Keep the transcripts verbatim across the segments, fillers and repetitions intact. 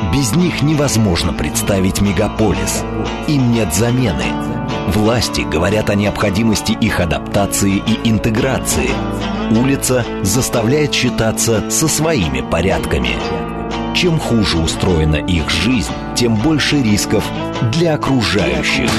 Без них невозможно представить мегаполис. Им нет замены. Власти говорят о необходимости их адаптации и интеграции. Улица заставляет считаться со своими порядками. Чем хуже устроена их жизнь, тем больше рисков для окружающих.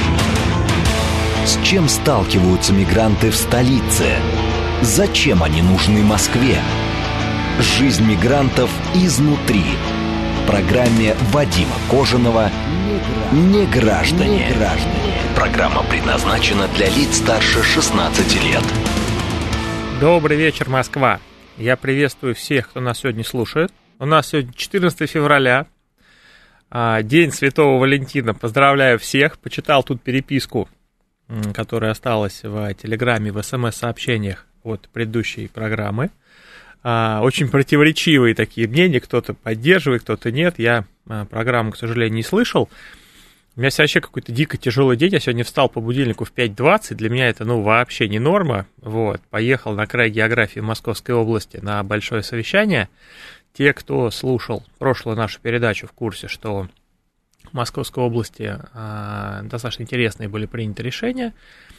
С чем сталкиваются мигранты в столице? Зачем они нужны Москве? Жизнь мигрантов изнутри. В программе Вадима Кожаного «Неграждане». Программа предназначена для лиц старше шестнадцати лет. Добрый вечер, Москва. Я приветствую всех, кто нас сегодня слушает. У нас сегодня четырнадцатое февраля, День Святого Валентина. Поздравляю всех. Почитал тут переписку, которая осталась в Телеграме, в СМС-сообщениях от предыдущей программы. Очень противоречивые такие мнения. Кто-то поддерживает, кто-то нет. Я программу, к сожалению, не слышал. У меня вообще какой-то дико тяжелый день. Я сегодня встал по будильнику в пять двадцать. Для меня это, ну, вообще не норма. Вот. Поехал на край географии Московской области на большое совещание. Те, кто слушал прошлую нашу передачу, в курсе, что в Московской области э, достаточно интересные были приняты решения.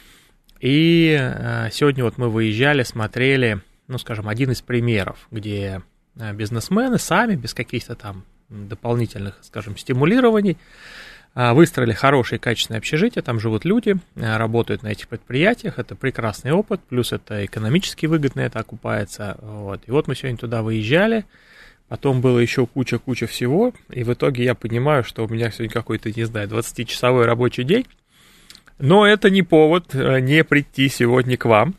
И э, сегодня вот мы выезжали, смотрели, ну, скажем, один из примеров, где бизнесмены сами, без каких-то там дополнительных, скажем, стимулирований, выстроили хорошие качественные общежития, там живут люди, работают на этих предприятиях, это прекрасный опыт, плюс это экономически выгодно, это окупается. Вот. И вот мы сегодня туда выезжали, потом было еще куча-куча всего, и в итоге я понимаю, что у меня сегодня какой-то, не знаю, двадцатичасовой рабочий день, но это не повод не прийти сегодня к вам,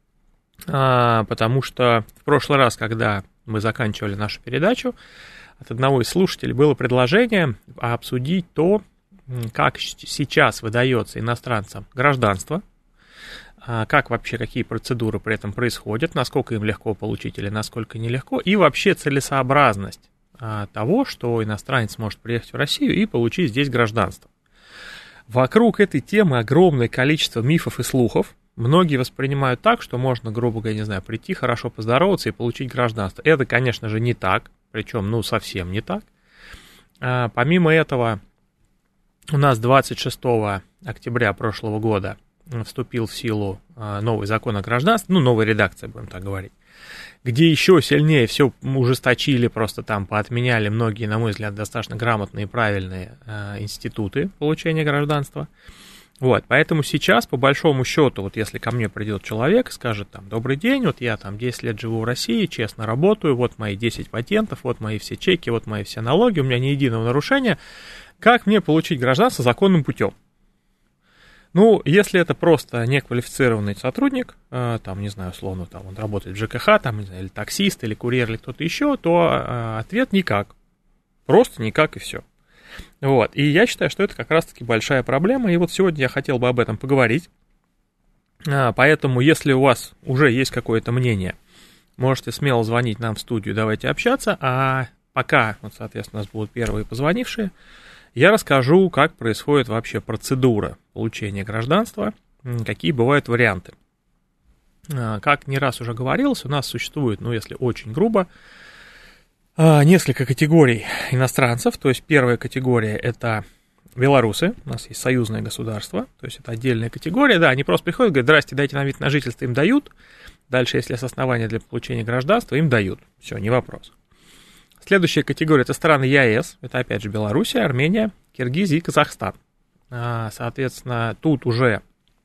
потому что в прошлый раз, когда мы заканчивали нашу передачу, от одного из слушателей было предложение обсудить то, как сейчас выдается иностранцам гражданство, как вообще, какие процедуры при этом происходят, насколько им легко получить или насколько нелегко, и вообще целесообразность того, что иностранец может приехать в Россию и получить здесь гражданство. Вокруг этой темы огромное количество мифов и слухов. Многие воспринимают так, что можно, грубо говоря, не знаю, прийти, хорошо поздороваться и получить гражданство. Это, конечно же, не так, причем, ну, совсем не так. Помимо этого, у нас двадцать шестого октября прошлого года вступил в силу новый закон о гражданстве, ну, новая редакция, будем так говорить, где еще сильнее все ужесточили, просто там поотменяли многие, на мой взгляд, достаточно грамотные и правильные институты получения гражданства. Вот, поэтому сейчас, по большому счету, вот если ко мне придет человек и скажет, там, добрый день, вот я там десять лет живу в России, честно работаю, вот мои десять патентов, вот мои все чеки, вот мои все налоги, у меня ни единого нарушения, как мне получить гражданство законным путем? Ну, если это просто неквалифицированный сотрудник, там, не знаю, условно, там, он работает в ЖКХ, там, не знаю, или таксист, или курьер, или кто-то еще, то ответ никак, просто никак и все. Вот, и я считаю, что это как раз-таки большая проблема, и вот сегодня я хотел бы об этом поговорить, поэтому, если у вас уже есть какое-то мнение, можете смело звонить нам в студию, давайте общаться, а пока, вот, соответственно, у нас будут первые позвонившие, я расскажу, как происходит вообще процедура получения гражданства, какие бывают варианты. Как не раз уже говорилось, у нас существует, ну, если очень грубо, несколько категорий иностранцев. То есть первая категория — это белорусы, у нас есть союзное государство, то есть это отдельная категория, да, они просто приходят, говорят, здрасте, дайте нам вид на жительство, им дают, дальше, если есть основания для получения гражданства, им дают, все, не вопрос. Следующая категория — это страны ЕАЭС, это опять же Белоруссия, Армения, Киргизия и Казахстан. Соответственно, тут уже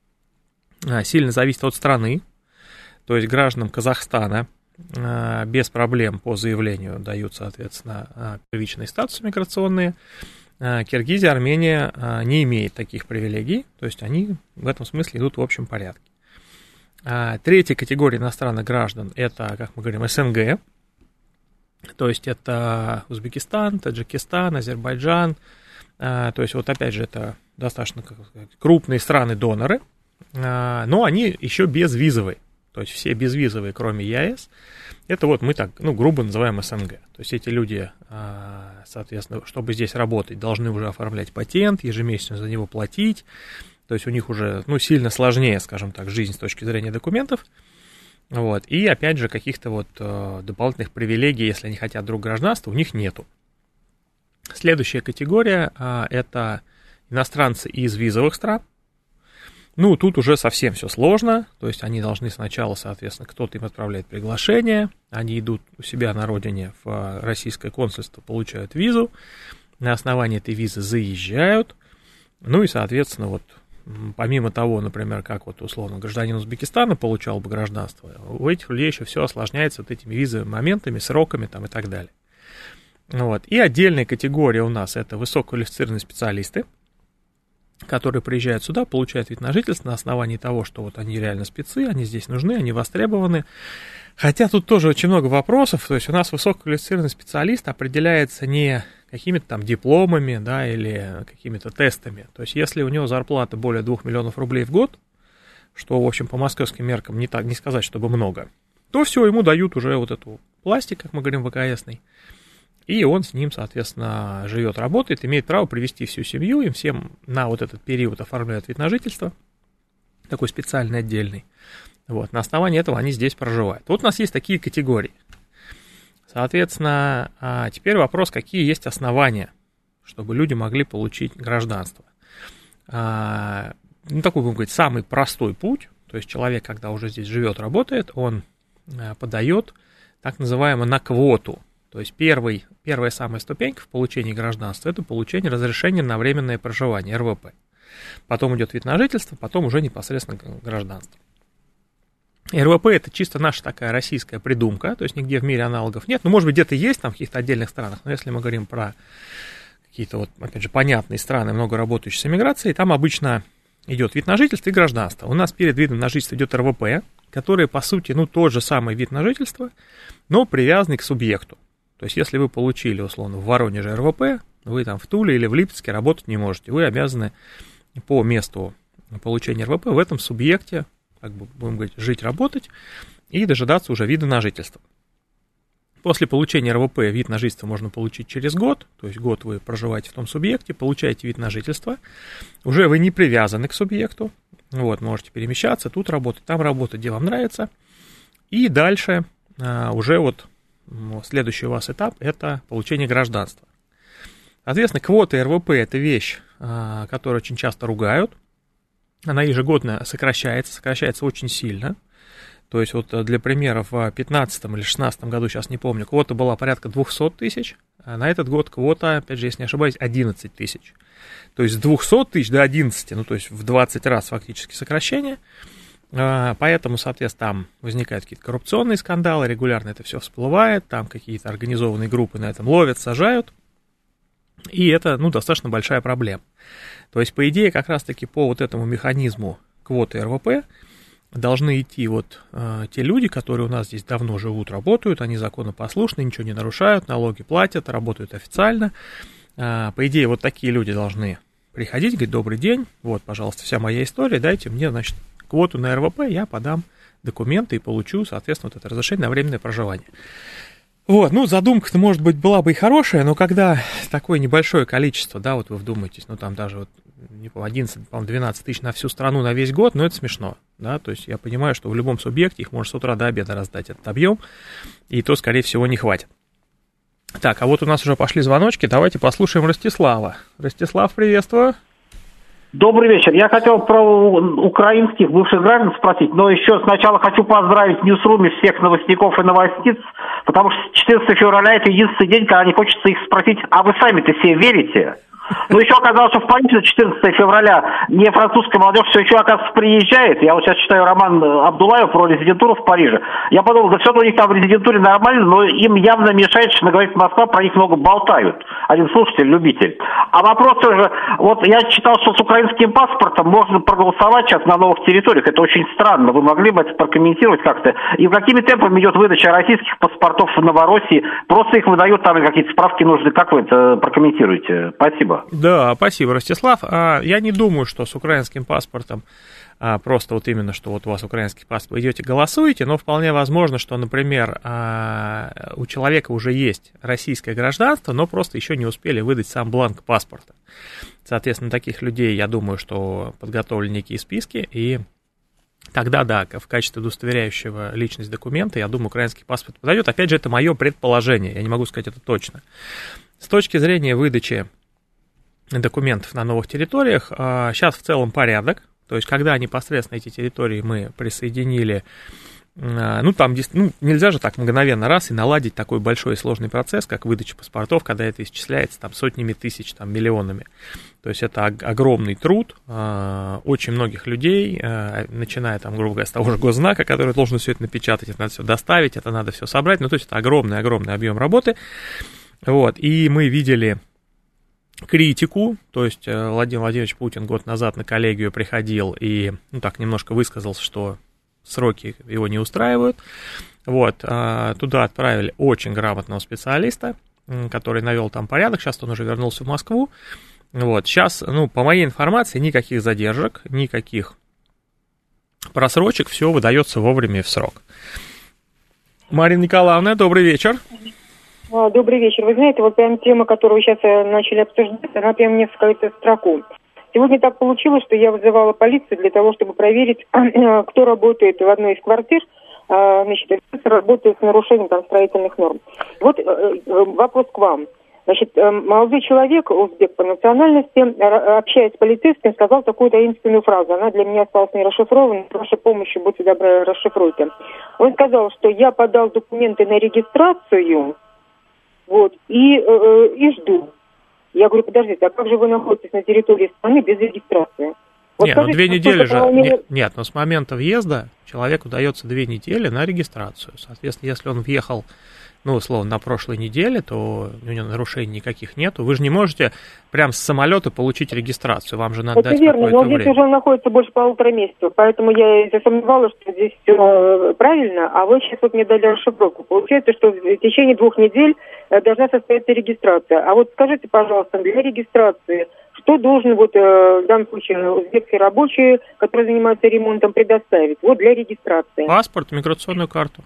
сильно зависит от страны, то есть гражданам Казахстана без проблем по заявлению дают, соответственно, первичные статусы миграционные. Киргизия, Армения не имеет таких привилегий, то есть они в этом смысле идут в общем порядке. Третья категория иностранных граждан — это, как мы говорим, СНГ, то есть это Узбекистан, Таджикистан, Азербайджан, то есть вот опять же это достаточно крупные страны-доноры, но они еще безвизовые. То есть все безвизовые, кроме ЕАЭС, это вот мы так, ну, грубо называем СНГ. То есть эти люди, соответственно, чтобы здесь работать, должны уже оформлять патент, ежемесячно за него платить. То есть у них уже, ну, сильно сложнее, скажем так, жизнь с точки зрения документов. Вот. И, опять же, каких-то вот дополнительных привилегий, если они хотят друг гражданства, у них нету. Следующая категория – это иностранцы из визовых стран. Ну, тут уже совсем все сложно, то есть они должны сначала, соответственно, кто-то им отправляет приглашение, они идут у себя на родине в российское консульство, получают визу, на основании этой визы заезжают, ну и, соответственно, вот помимо того, например, как вот условно гражданин Узбекистана получал бы гражданство, у этих людей еще все осложняется вот этими визовыми моментами, сроками там и так далее. Вот. И отдельная категория у нас это высококвалифицированные специалисты, которые приезжают сюда, получают вид на жительство на основании того, что вот они реально спецы, они здесь нужны, они востребованы. Хотя тут тоже очень много вопросов, то есть у нас высококвалифицированный специалист определяется не какими-то там дипломами, да, или какими-то тестами. То есть если у него зарплата более двух миллионов рублей в год, что, в общем, по московским меркам не, так, не сказать, чтобы много, то все, ему дают уже вот эту пластик, как мы говорим, ВКСный, и он с ним, соответственно, живет, работает, имеет право привести всю семью, им всем на вот этот период оформляют вид на жительство, такой специальный, отдельный. Вот, на основании этого они здесь проживают. Вот у нас есть такие категории. Соответственно, теперь вопрос, какие есть основания, чтобы люди могли получить гражданство. Ну, такой, будем говорить, самый простой путь, то есть человек, когда уже здесь живет, работает, он подает так называемое на квоту. То есть первый, первая самая ступенька в получении гражданства – это получение разрешения на временное проживание, эр вэ пэ. Потом идет вид на жительство, потом уже непосредственно гражданство. эр вэ пэ – это чисто наша такая российская придумка, то есть нигде в мире аналогов нет. Ну, может быть, где-то есть там в каких-то отдельных странах, но если мы говорим про какие-то, вот, опять же, понятные страны, много работающие с эмиграцией, там обычно идет вид на жительство и гражданство. У нас перед видом на жительство идет эр вэ пэ, который, по сути, ну, тот же самый вид на жительство, но привязанный к субъекту. То есть, если вы получили, условно, в Воронеже эр вэ пэ, вы там в Туле или в Липецке работать не можете. Вы обязаны по месту получения эр вэ пэ в этом субъекте, как бы, будем говорить, жить, работать и дожидаться уже вида на жительство. После получения эр вэ пэ вид на жительство можно получить через год, то есть год вы проживаете в том субъекте, получаете вид на жительство, уже вы не привязаны к субъекту, вот, можете перемещаться, тут работать, там работать, где вам нравится, и дальше а, уже вот следующий у вас этап – это получение гражданства. Соответственно, квота эр вэ пэ – это вещь, а, которую очень часто ругают, она ежегодно сокращается, сокращается очень сильно. То есть, вот для примера, в две тысячи пятнадцатом или две тысячи шестнадцатом году, сейчас не помню, квота была порядка двести тысяч, а на этот год квота, опять же, если не ошибаюсь, одиннадцать тысяч. То есть, с двухсот тысяч до одиннадцати, ну, то есть, в двадцать раз фактически сокращение. Поэтому, соответственно, там возникают какие-то коррупционные скандалы, регулярно это все всплывает, там какие-то организованные группы на этом ловят, сажают. И это, ну, достаточно большая проблема. То есть, по идее, как раз-таки по вот этому механизму квоты эр вэ пэ должны идти вот э, те люди, которые у нас здесь давно живут, работают, они законопослушны, ничего не нарушают, налоги платят, работают официально. Э, по идее, вот такие люди должны приходить, говорить: добрый день, вот, пожалуйста, вся моя история, дайте мне, значит, квоту на эр вэ пэ, я подам документы и получу, соответственно, вот это разрешение на временное проживание. Вот, ну, задумка-то, может быть, была бы и хорошая, но когда такое небольшое количество, да, вот вы вдумаетесь, ну, там даже вот, не помню, одиннадцать, по-моему, двенадцать тысяч на всю страну на весь год, ну, это смешно, да, то есть я понимаю, что в любом субъекте их можно с утра до обеда раздать этот объем, и то, скорее всего, не хватит. Так, а вот у нас уже пошли звоночки, давайте послушаем Ростислава. Ростислав, приветствую. Добрый вечер. Я хотел про украинских бывших граждан спросить, но еще сначала хочу поздравить в Ньюсруме всех новостников и новостниц, потому что четырнадцатого февраля это единственный день, когда не хочется их спросить: а вы сами-то все верите? Но еще оказалось, что в Париж четырнадцатого февраля не французская молодежь все еще, оказывается, приезжает. Я вот сейчас читаю роман Абдулаева про резидентуру в Париже. Я подумал, да все у них там в резидентуре нормально, но им явно мешает, что, говорит, Москва, про них много болтают. Один слушатель, любитель. А вопрос тоже, вот я читал, что с украинским паспортом можно проголосовать сейчас на новых территориях. Это очень странно. Вы могли бы это прокомментировать как-то? И какими темпами идет выдача российских паспортов в Новороссии? Просто их выдают, там какие-то справки нужны. Как вы это прокомментируете? Спасибо. Да, спасибо, Ростислав. Я не думаю, что с украинским паспортом просто вот именно, что вот у вас украинский паспорт, вы идете голосуете, но вполне возможно, что, например, у человека уже есть российское гражданство, но просто еще не успели выдать сам бланк паспорта. Соответственно, таких людей, я думаю, что подготовлены некие списки, и тогда, да, в качестве удостоверяющего личность документа, я думаю, украинский паспорт подойдет. Опять же, это мое предположение, я не могу сказать это точно. С точки зрения выдачи документов на новых территориях, сейчас в целом порядок. То есть, когда непосредственно эти территории мы присоединили, ну, там ну, нельзя же так мгновенно раз и наладить такой большой и сложный процесс, как выдача паспортов, когда это исчисляется там сотнями тысяч, там, миллионами. То есть, это огромный труд очень многих людей, начиная, там, грубо говоря, с того же госзнака, который должен все это напечатать, это надо все доставить, это надо все собрать. Ну, то есть, это огромный-огромный объем работы. Вот, и мы видели критику, то есть Владимир Владимирович Путин год назад на коллегию приходил и, ну, так немножко высказался, что сроки его не устраивают. Вот, туда отправили очень грамотного специалиста, который навел там порядок, сейчас он уже вернулся в Москву. Вот, сейчас, ну, по моей информации, никаких задержек, никаких просрочек, все выдается вовремя и в срок. Марина Николаевна, добрый вечер. Добрый вечер. Вы знаете, вот прям тема, которую вы сейчас начали обсуждать, она прям мне вскрыта в строку. Сегодня так получилось, что я вызывала полицию для того, чтобы проверить, кто работает в одной из квартир, значит, работает с нарушением там строительных норм. Вот вопрос к вам. Значит, молодой человек, узбек по национальности, общаясь с полицейским, сказал такую таинственную фразу. Она для меня осталась не расшифрована. С вашей помощью, будьте добры, расшифруйте. Он сказал, что я подал документы на регистрацию, вот, и, э, и жду. Я говорю, подождите, а как же вы находитесь на территории страны без регистрации? Вот нет, скажите, ну две недели же, не... нет, нет, но с момента въезда человеку дается две недели на регистрацию. Соответственно, если он въехал, ну, условно, на прошлой неделе, то у него нарушений никаких нету. Вы же не можете прям с самолета получить регистрацию, вам же надо это дать верно, какое-то но здесь время. уже он находится больше полутора месяцев, поэтому я и засомневалась, что здесь все правильно, а вы сейчас вот мне дали расшифровку. Получается, что в течение двух недель должна состояться регистрация. А вот скажите, пожалуйста, для регистрации, что должен вот в данном случае узбекский рабочий, который занимается ремонтом, предоставить? Вот для регистрации. Паспорт, миграционную карту.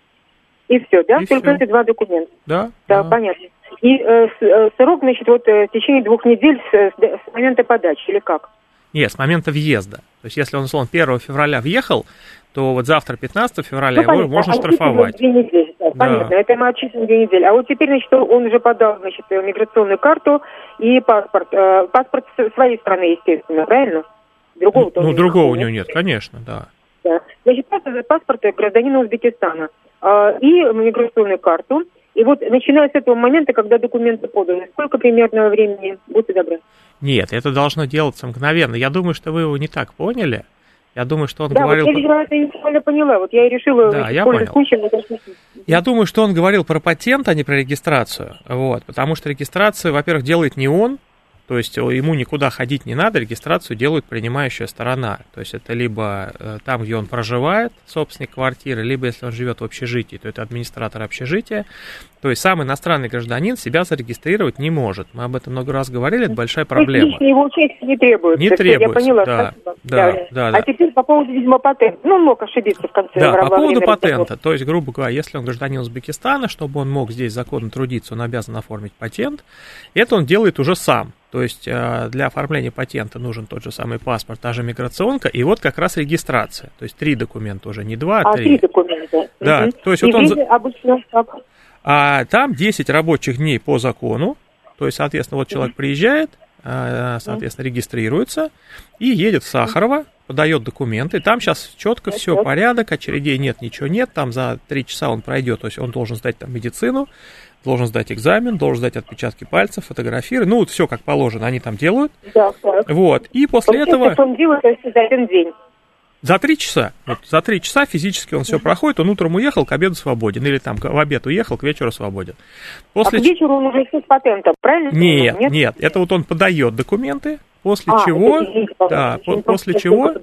И все, да? И Только все. эти два документа. Да. Да, да. понятно. И э, с, э, срок, значит, вот э, в течение двух недель с, с, с момента подачи, или как? Нет, с момента въезда. То есть, если он, условно, первого февраля въехал, то вот завтра, пятнадцатого февраля, ну, его понятно. можно а штрафовать. Две недели, да, да. Понятно, это мы отчислим две недели. А вот теперь, значит, он уже подал, значит, миграционную карту и паспорт. Э, паспорт с своей страны, естественно, правильно? Другого Ну, ну другого у него нет, конечно, да. Да. Значит, паспорт гражданина Узбекистана э, и миграционную карту. И вот начиная с этого момента, когда документы поданы, сколько примерно времени, будьте добры? Нет, это должно делаться мгновенно. Я думаю, что вы его не так поняли. Я думаю, что он да, говорил... вот я, видимо, это неправильно поняла. Вот я и решила... Да, значит, я понял. Случаем, это... Я думаю, что он говорил про патент, а не про регистрацию. Вот, потому что регистрацию, во-первых, делает не он, то есть ему никуда ходить не надо, регистрацию делает принимающая сторона. То есть это либо там, где он проживает, собственник квартиры, либо если он живет в общежитии, то это администратор общежития. То есть сам иностранный гражданин себя зарегистрировать не может. Мы об этом много раз говорили, это большая проблема. Лишнего его участия не требуется. Не требуется, я поняла, да, спасибо. да, да. да, да. А теперь по поводу, видимо, патента. Ну, он мог ошибиться в конце. Да, по поводу патента. разговора. То есть, грубо говоря, если он гражданин Узбекистана, чтобы он мог здесь законно трудиться, он обязан оформить патент. Это он делает уже сам. То есть для оформления патента нужен тот же самый паспорт, та же миграционка, и вот как раз регистрация. То есть три документа уже, не два, а, а три. три документа. Да, угу. то есть и вот он... обычно как? А там десять рабочих дней по закону, то есть, соответственно, вот человек приезжает, соответственно, регистрируется и едет в Сахарово, подает документы, там сейчас четко все, порядок, очередей нет, ничего нет, там за три часа он пройдет, то есть он должен сдать там медицину, должен сдать экзамен, должен сдать отпечатки пальцев, фотографировать, ну, вот все как положено, они там делают. Да, так. Вот, и после Получается, этого... он делает за один день. За три часа, вот, за три часа физически он все проходит, он утром уехал, к обеду свободен, или там в обед уехал, к вечеру свободен. После... А к вечеру он уже с патентом, правильно? Нет, нет, нет, это вот он подает документы, после а, чего, извините, да, по- после чего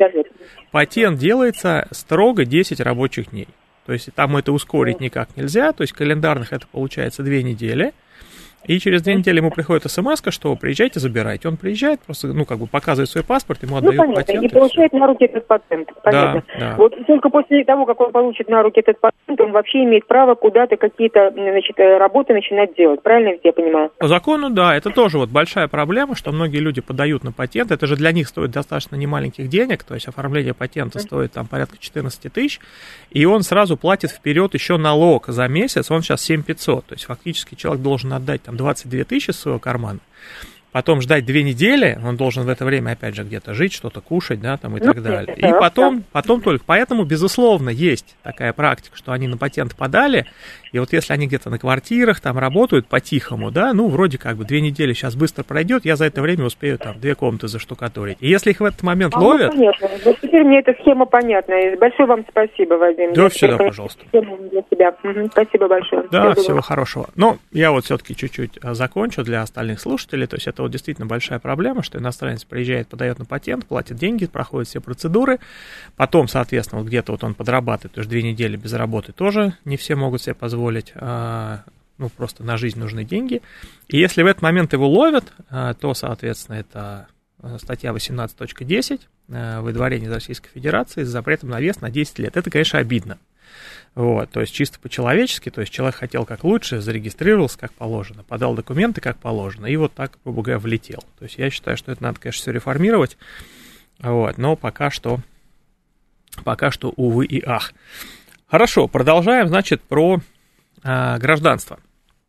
патент делается строго десять рабочих дней. То есть там это ускорить никак нельзя, то есть календарных это получается две недели. И через две недели ему приходит смс-ка, что приезжайте, забирайте. Он приезжает, просто, ну, как бы показывает свой паспорт, ему отдают ну, понятно, патент. и, и получает на руки этот патент. Понятно. Да, да. Вот только после того, как он получит на руки этот патент, он вообще имеет право куда-то какие-то, значит, работы начинать делать. Правильно я понимаю? По закону, да, это тоже вот большая проблема, что многие люди подают на патент. Это же для них стоит достаточно немаленьких денег, то есть оформление патента стоит там порядка четырнадцать тысяч, и он сразу платит вперед еще налог за месяц, он сейчас семь тысяч пятьсот. То есть фактически человек должен отдать там двадцать две тысячи из своего кармана, потом ждать две недели, он должен в это время, опять же, где-то жить, что-то кушать, да, там и так далее. И потом, потом только, поэтому, безусловно, есть такая практика, что они на патент подали, и вот если они где-то на квартирах там работают по-тихому, да, ну, вроде как бы две недели сейчас быстро пройдет, я за это время успею там две комнаты заштукатурить. И если их в этот момент а, ловят... Ну, понятно. Вот теперь мне эта схема понятна. Большое вам спасибо, Вадим. Да, всегда, пожалуйста. Для себя. Угу. Спасибо большое. Да, всего, всего хорошего. Но я вот все-таки чуть-чуть закончу для остальных слушателей, то есть это вот действительно большая проблема, что иностранец приезжает, подает на патент, платит деньги, проходит все процедуры, потом, соответственно, вот где-то вот он подрабатывает, потому что две недели без работы тоже не все могут себе позволить, ну, просто на жизнь нужны деньги. И если в этот момент его ловят, то, соответственно, это статья восемнадцать точка десять, выдворение из Российской Федерации с запретом на въезд на десять лет. Это, конечно, обидно. Вот, то есть чисто по-человечески, то есть человек хотел как лучше, зарегистрировался как положено, подал документы как положено, и вот так, грубо говоря, влетел. То есть я считаю, что это надо, конечно, все реформировать, вот, но пока что, пока что, увы и ах. Хорошо, продолжаем, значит, про а, гражданство.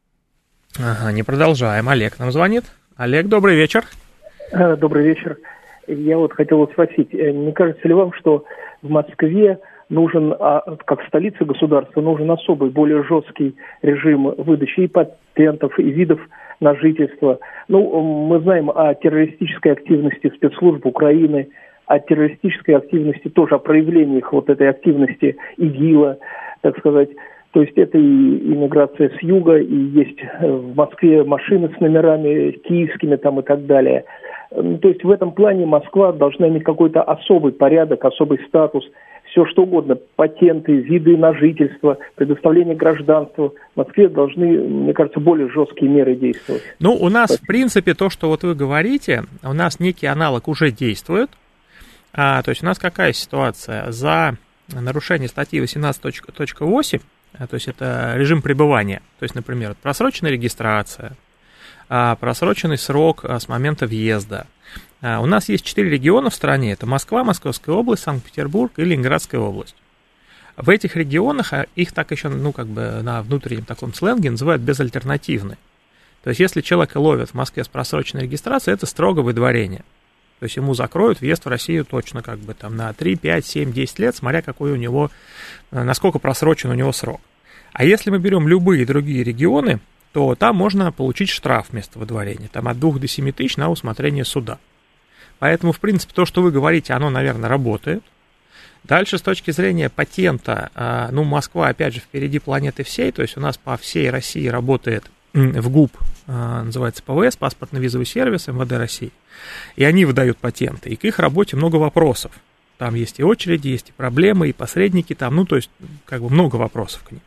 Ага, не продолжаем. Олег нам звонит. Олег, добрый вечер. Добрый вечер. Я вот хотел спросить, не кажется ли вам, что в Москве нужен, как столица государства, нужен особый, более жесткий режим выдачи и патентов, и видов на жительство? Ну, мы знаем о террористической активности спецслужб Украины, о террористической активности, тоже о проявлениях вот этой активности ИГИЛа, так сказать. То есть это и иммиграция с юга, и есть в Москве машины с номерами киевскими там и так далее. То есть в этом плане Москва должна иметь какой-то особый порядок, особый статус, все что угодно, патенты, виды на жительство, предоставление гражданства. В Москве должны, мне кажется, более жесткие меры действовать. Ну, у нас, в принципе, то, что вот вы говорите, у нас некий аналог уже действует. А, то есть у нас какая ситуация? За нарушение статьи восемнадцать точка восемь, то есть это режим пребывания, то есть, например, просроченная регистрация, просроченный срок с момента въезда. У нас есть четыре региона в стране, это Москва, Московская область, Санкт-Петербург и Ленинградская область. В этих регионах их так еще, ну, как бы на внутреннем таком сленге называют безальтернативные. То есть, если человека ловят в Москве с просроченной регистрацией, это строго выдворение. То есть, ему закроют въезд в Россию точно как бы там на три, пять, семь, десять лет, смотря какой у него, насколько просрочен у него срок. А если мы берем любые другие регионы, то там можно получить штраф вместо выдворения, там от двух до семи тысяч на усмотрение суда. Поэтому, в принципе, то, что вы говорите, оно, наверное, работает. Дальше, с точки зрения патента, ну, Москва, опять же, впереди планеты всей, то есть у нас по всей России работает в ГУП, называется ПВС, паспортно-визовый сервис эм вэ дэ России, и они выдают патенты, и к их работе много вопросов. Там есть и очереди, есть и проблемы, и посредники там, ну, то есть, как бы много вопросов к ним.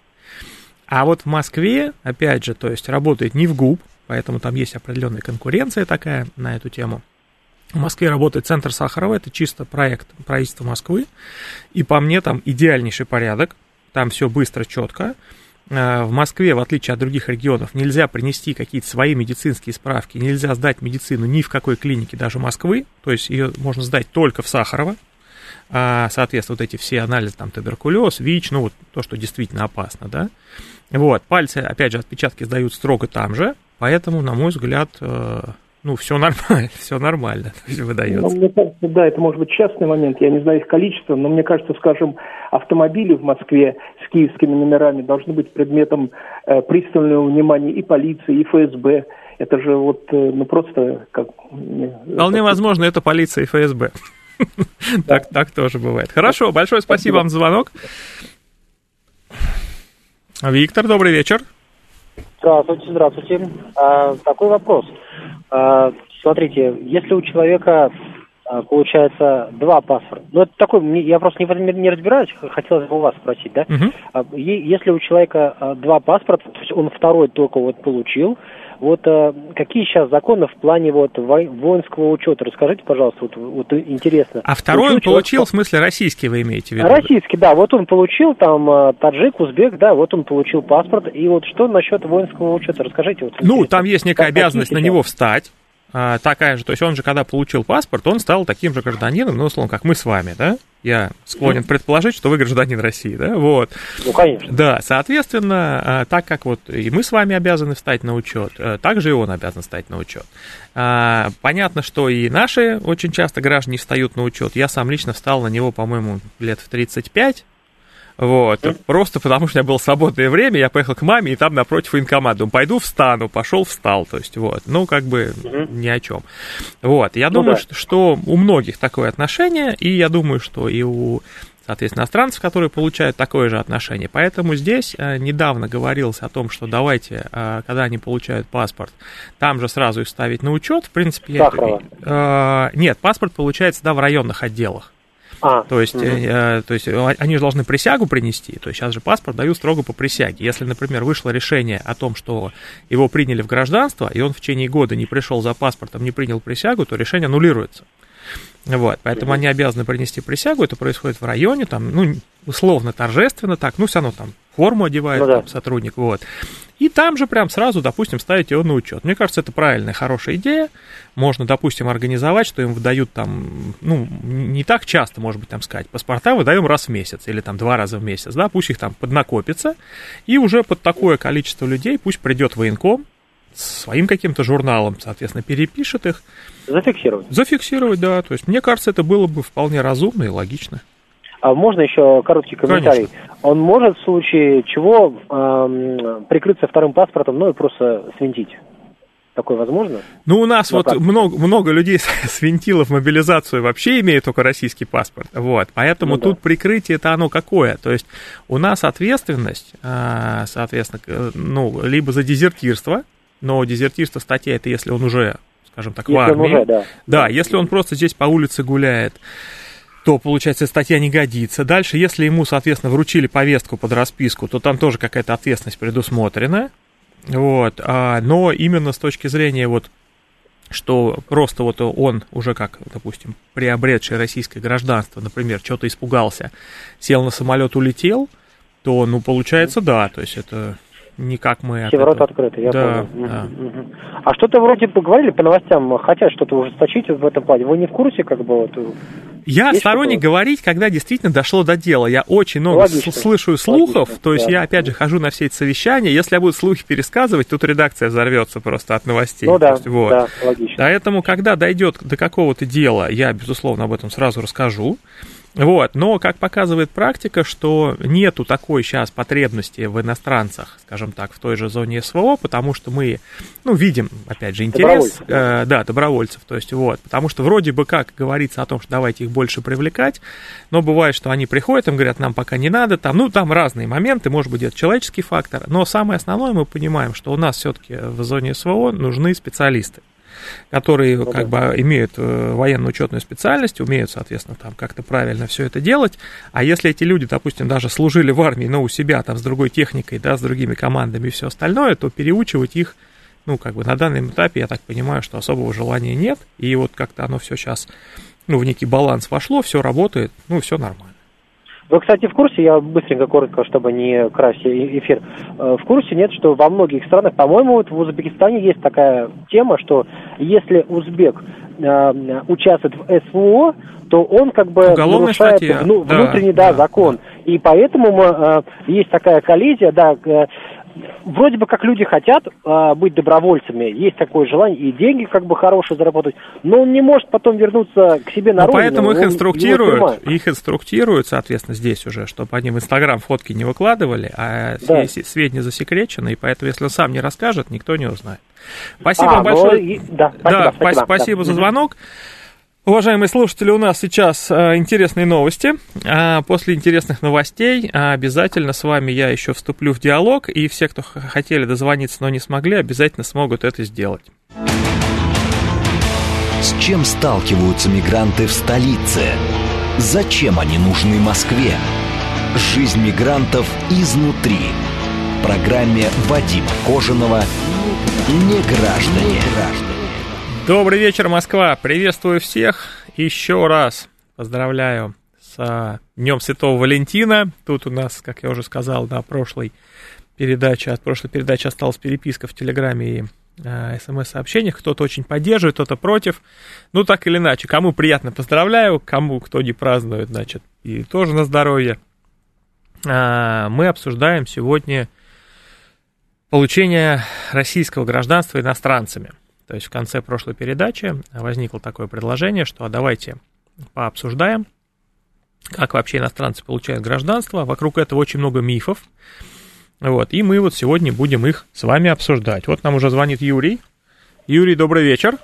А вот в Москве, опять же, то есть работает не в ГУП, поэтому там есть определенная конкуренция такая на эту тему. В Москве работает Центр Сахарова, это чисто проект правительства Москвы, и по мне там идеальнейший порядок, там все быстро, четко. В Москве, в отличие от других регионов, нельзя принести какие-то свои медицинские справки, нельзя сдать медицину ни в какой клинике, даже Москвы, то есть ее можно сдать только в Сахарово. Соответственно, вот эти все анализы, там, туберкулез, ВИЧ, ну, вот то, что действительно опасно, да. Вот, пальцы, опять же, отпечатки сдают строго там же, поэтому, на мой взгляд, ну, все нормально, все нормально выдается. Ну, мне кажется, да, это может быть частный момент, я не знаю их количество, но мне кажется, скажем, автомобили в Москве с киевскими номерами должны быть предметом э, пристального внимания и полиции, и эф эс бэ. Это же вот, э, ну, просто как... Вполне как... возможно, это полиция и эф эс бэ. Так, так тоже бывает. Хорошо, большое спасибо вам за звонок. Виктор, добрый вечер. Здравствуйте, здравствуйте. А, такой вопрос. А, смотрите, если у человека, а, получается, два паспорта, ну, это такой, я просто не, не разбираюсь, хотелось бы у вас спросить, да? Uh-huh. А, если у человека а, два паспорта, то есть он второй только вот получил, вот а, какие сейчас законы в плане вот воинского учета? Расскажите, пожалуйста, вот, вот интересно. А второй он получил, в смысле, российский вы имеете в виду? Российский, да, вот он получил, там, таджик, узбек, да, вот он получил паспорт, и вот что насчет воинского учета? Расскажите. Вот, ну, там есть некая как обязанность на него встать, а, такая же, то есть он же, когда получил паспорт, он стал таким же гражданином, ну, условно, как мы с вами, да? я склонен предположить, что вы гражданин России, да, вот. Ну, конечно. Да, соответственно, так как вот и мы с вами обязаны встать на учет, так же и он обязан встать на учет. Понятно, что и наши очень часто граждане встают на учет. Я сам лично встал на него, по-моему, лет в тридцать пять. Вот, mm. просто потому что у меня было свободное время, я поехал к маме, и там напротив военкомат, думаю, пойду встану, пошел, встал, то есть, вот, ну, как бы, mm-hmm. ни о чем. Вот, я ну, думаю, да. что, что у многих такое отношение, и я думаю, что и у, соответственно, иностранцев, которые получают такое же отношение, поэтому здесь э, недавно говорилось о том, что давайте, э, когда они получают паспорт, там же сразу их ставить на учет, в принципе, я это, э, нет, паспорт получается, да, в районных отделах. А, то, есть, угу. э, то есть они же должны присягу принести, то есть сейчас же паспорт дают строго по присяге. Если, например, вышло решение о том, что его приняли в гражданство, и он в течение года не пришел за паспортом, не принял присягу, то решение аннулируется. Вот, поэтому угу. они обязаны принести присягу, это происходит в районе, там, ну, условно, торжественно так, ну, все равно там форму одевает ну, да. там, сотрудник, вот. И там же прям сразу, допустим, ставить его на учет. Мне кажется, это правильная, хорошая идея. Можно, допустим, организовать, что им выдают там, ну, не так часто, может быть, там сказать, паспорта выдаем раз в месяц или там два раза в месяц, да, пусть их там поднакопится, и уже под такое количество людей пусть придет военком с своим каким-то журналом, соответственно, перепишет их. Зафиксировать. Зафиксировать, да. То есть, мне кажется, это было бы вполне разумно и логично. А можно еще короткий комментарий? Конечно. Он может в случае чего эм, прикрыться вторым паспортом, ну и просто свинтить? Такое возможно? Ну, у нас вот много, много людей свинтило в мобилизацию, вообще имеют только российский паспорт. Вот. Поэтому ну, тут да. прикрытие-то оно какое? То есть у нас ответственность, соответственно, ну, либо за дезертирство, но дезертирство статья, это если он уже, скажем так, если в армии. Уже, да. да, если он просто здесь по улице гуляет, то, получается, статья не годится. Дальше, если ему, соответственно, вручили повестку под расписку, то там тоже какая-то ответственность предусмотрена. Вот. А, но именно с точки зрения вот, что просто вот он уже как, допустим, приобретший российское гражданство, например, что-то испугался, сел на самолет, улетел, то, ну, получается, да, то есть это... Никак мы... Все ворота открыты, я да, понял. Да. Угу. А что-то вроде бы говорили по новостям, хотят что-то ужесточить в этом плане. Вы не в курсе, как бы... Вот, я сторонник что-то? Говорить, когда действительно дошло до дела. Я очень много Логично. слышу слухов, Логично. то есть да. я, опять же, хожу на все эти совещания. Если я буду слухи пересказывать, тут редакция взорвется просто от новостей. Ну да, есть, вот. да, логично. Поэтому, когда дойдет до какого-то дела, я, безусловно, об этом сразу расскажу. Вот, но, как показывает практика, что нету такой сейчас потребности в иностранцах, скажем так, в той же зоне СВО, потому что мы, ну, видим, опять же, интерес, добровольцев, э, да, добровольцев, то есть, вот, потому что вроде бы как говорится о том, что давайте их больше привлекать, но бывает, что они приходят, им говорят, нам пока не надо, там, ну, там разные моменты, может быть, это человеческий фактор, но самое основное мы понимаем, что у нас все-таки в зоне СВО нужны специалисты, которые ну, как да. бы имеют военно-учетную специальность, умеют, соответственно, там как-то правильно все это делать, а если эти люди, допустим, даже служили в армии, но у себя там с другой техникой, да, с другими командами и все остальное, то переучивать их, ну, как бы на данном этапе, я так понимаю, что особого желания нет, и вот как-то оно все сейчас, ну, в некий баланс вошло, все работает, ну, все нормально. Вы, кстати, в курсе, я быстренько, коротко, чтобы не красть эфир, в курсе, нет, что во многих странах, по-моему, вот в Узбекистане есть такая тема, что если узбек э, участвует в СВО, то он как бы Уголовная нарушает статья. вну, да, внутренний да, да, закон. Да. И поэтому мы, э, есть такая коллизия, да, э, вроде бы как люди хотят э, быть добровольцами, есть такое желание, и деньги как бы хорошие заработать, но он не может потом вернуться к себе на ну, родину. Поэтому их инструктируют, их инструктируют, соответственно, здесь уже, чтобы они в Инстаграм фотки не выкладывали, а да. сведения засекречены, и поэтому, если он сам не расскажет, никто не узнает. Спасибо а, вам большое. Ну, да, спасибо, да, спасибо, спасибо да. за звонок. Уважаемые слушатели, у нас сейчас а, интересные новости. А, после интересных новостей а, обязательно с вами я еще вступлю в диалог, и все, кто х- хотели дозвониться, но не смогли, обязательно смогут это сделать. С чем сталкиваются мигранты в столице? Зачем они нужны Москве? Жизнь мигрантов изнутри. В программе Вадима Кожаного «Неграждане». Добрый вечер, Москва! Приветствую всех еще раз. Поздравляю с Днем Святого Валентина. Тут у нас, как я уже сказал, на прошлой передаче, от прошлой передачи осталась переписка в Телеграме и смс-сообщениях, кто-то очень поддерживает, кто-то против. Ну, так или иначе, кому приятно, поздравляю, кому, кто не празднует, значит, и тоже на здоровье. Мы обсуждаем сегодня получение российского гражданства иностранцами. То есть в конце прошлой передачи возникло такое предложение, что а давайте пообсуждаем, как вообще иностранцы получают гражданство. Вокруг этого очень много мифов. Вот, и мы вот сегодня будем их с вами обсуждать. Вот нам уже звонит Юрий. Юрий, добрый вечер.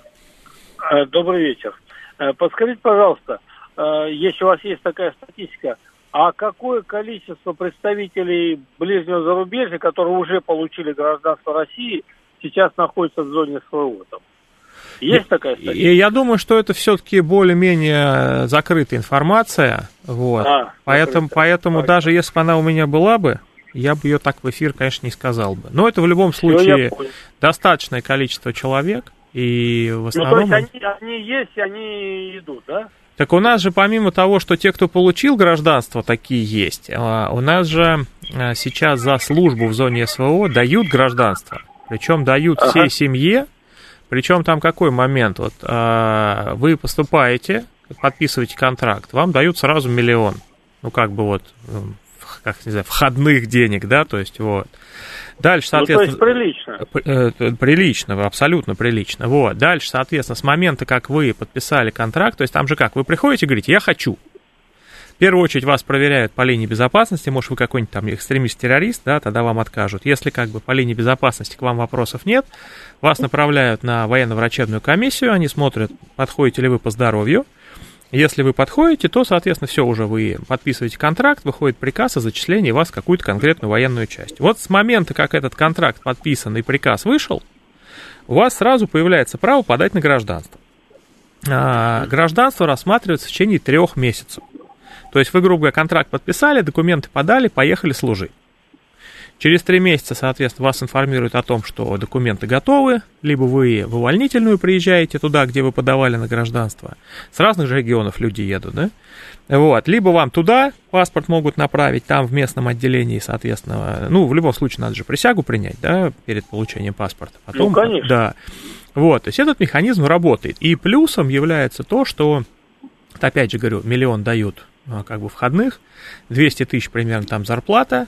Добрый вечер. Подскажите, пожалуйста, если у вас есть такая статистика, а какое количество представителей ближнего зарубежья, которые уже получили гражданство России, сейчас находятся в зоне СВО? Там? Есть такая статистика? Я думаю, что это все-таки более-менее закрытая информация. Вот. А, поэтому закрытая. поэтому даже если бы она у меня была бы, я бы ее так в эфир, конечно, не сказал бы. Но это в любом случае достаточное количество человек. И в основном... Ну, то есть они, они есть, и они идут, да? Так у нас же, помимо того, что те, кто получил гражданство, такие есть, у нас же сейчас за службу в зоне СВО дают гражданство. Причем дают ага. всей семье. Причем там какой момент? Вот, вы поступаете, подписываете контракт, вам дают сразу миллион. Ну, как бы вот... как, не знаю, входных денег, да, то есть вот. Дальше, соответственно... Ну, то есть прилично. Прилично, абсолютно прилично. Вот. Дальше, соответственно, с момента, как вы подписали контракт, то есть там же как, вы приходите и говорите, я хочу. В первую очередь вас проверяют по линии безопасности, может, вы какой-нибудь там экстремист-террорист, да, тогда вам откажут. Если как бы по линии безопасности к вам вопросов нет, вас направляют на военно-врачебную комиссию, они смотрят, подходите ли вы по здоровью. Если вы подходите, то, соответственно, все уже вы подписываете контракт, выходит приказ о зачислении вас в какую-то конкретную военную часть. Вот с момента, как этот контракт подписан и приказ вышел, у вас сразу появляется право подать на гражданство. А, гражданство рассматривается в течение трех месяцев. То есть вы, грубо говоря, контракт подписали, документы подали, поехали служить. Через три месяца, соответственно, вас информируют о том, что документы готовы, либо вы в увольнительную приезжаете туда, где вы подавали на гражданство. С разных же регионов люди едут, да? Вот. Либо вам туда паспорт могут направить, там в местном отделении, соответственно, ну, в любом случае, надо же присягу принять, да, перед получением паспорта. Потом, ну, конечно. Да. Вот, то есть этот механизм работает. И плюсом является то, что, опять же говорю, миллион дают как бы входных, двести тысяч примерно там зарплата,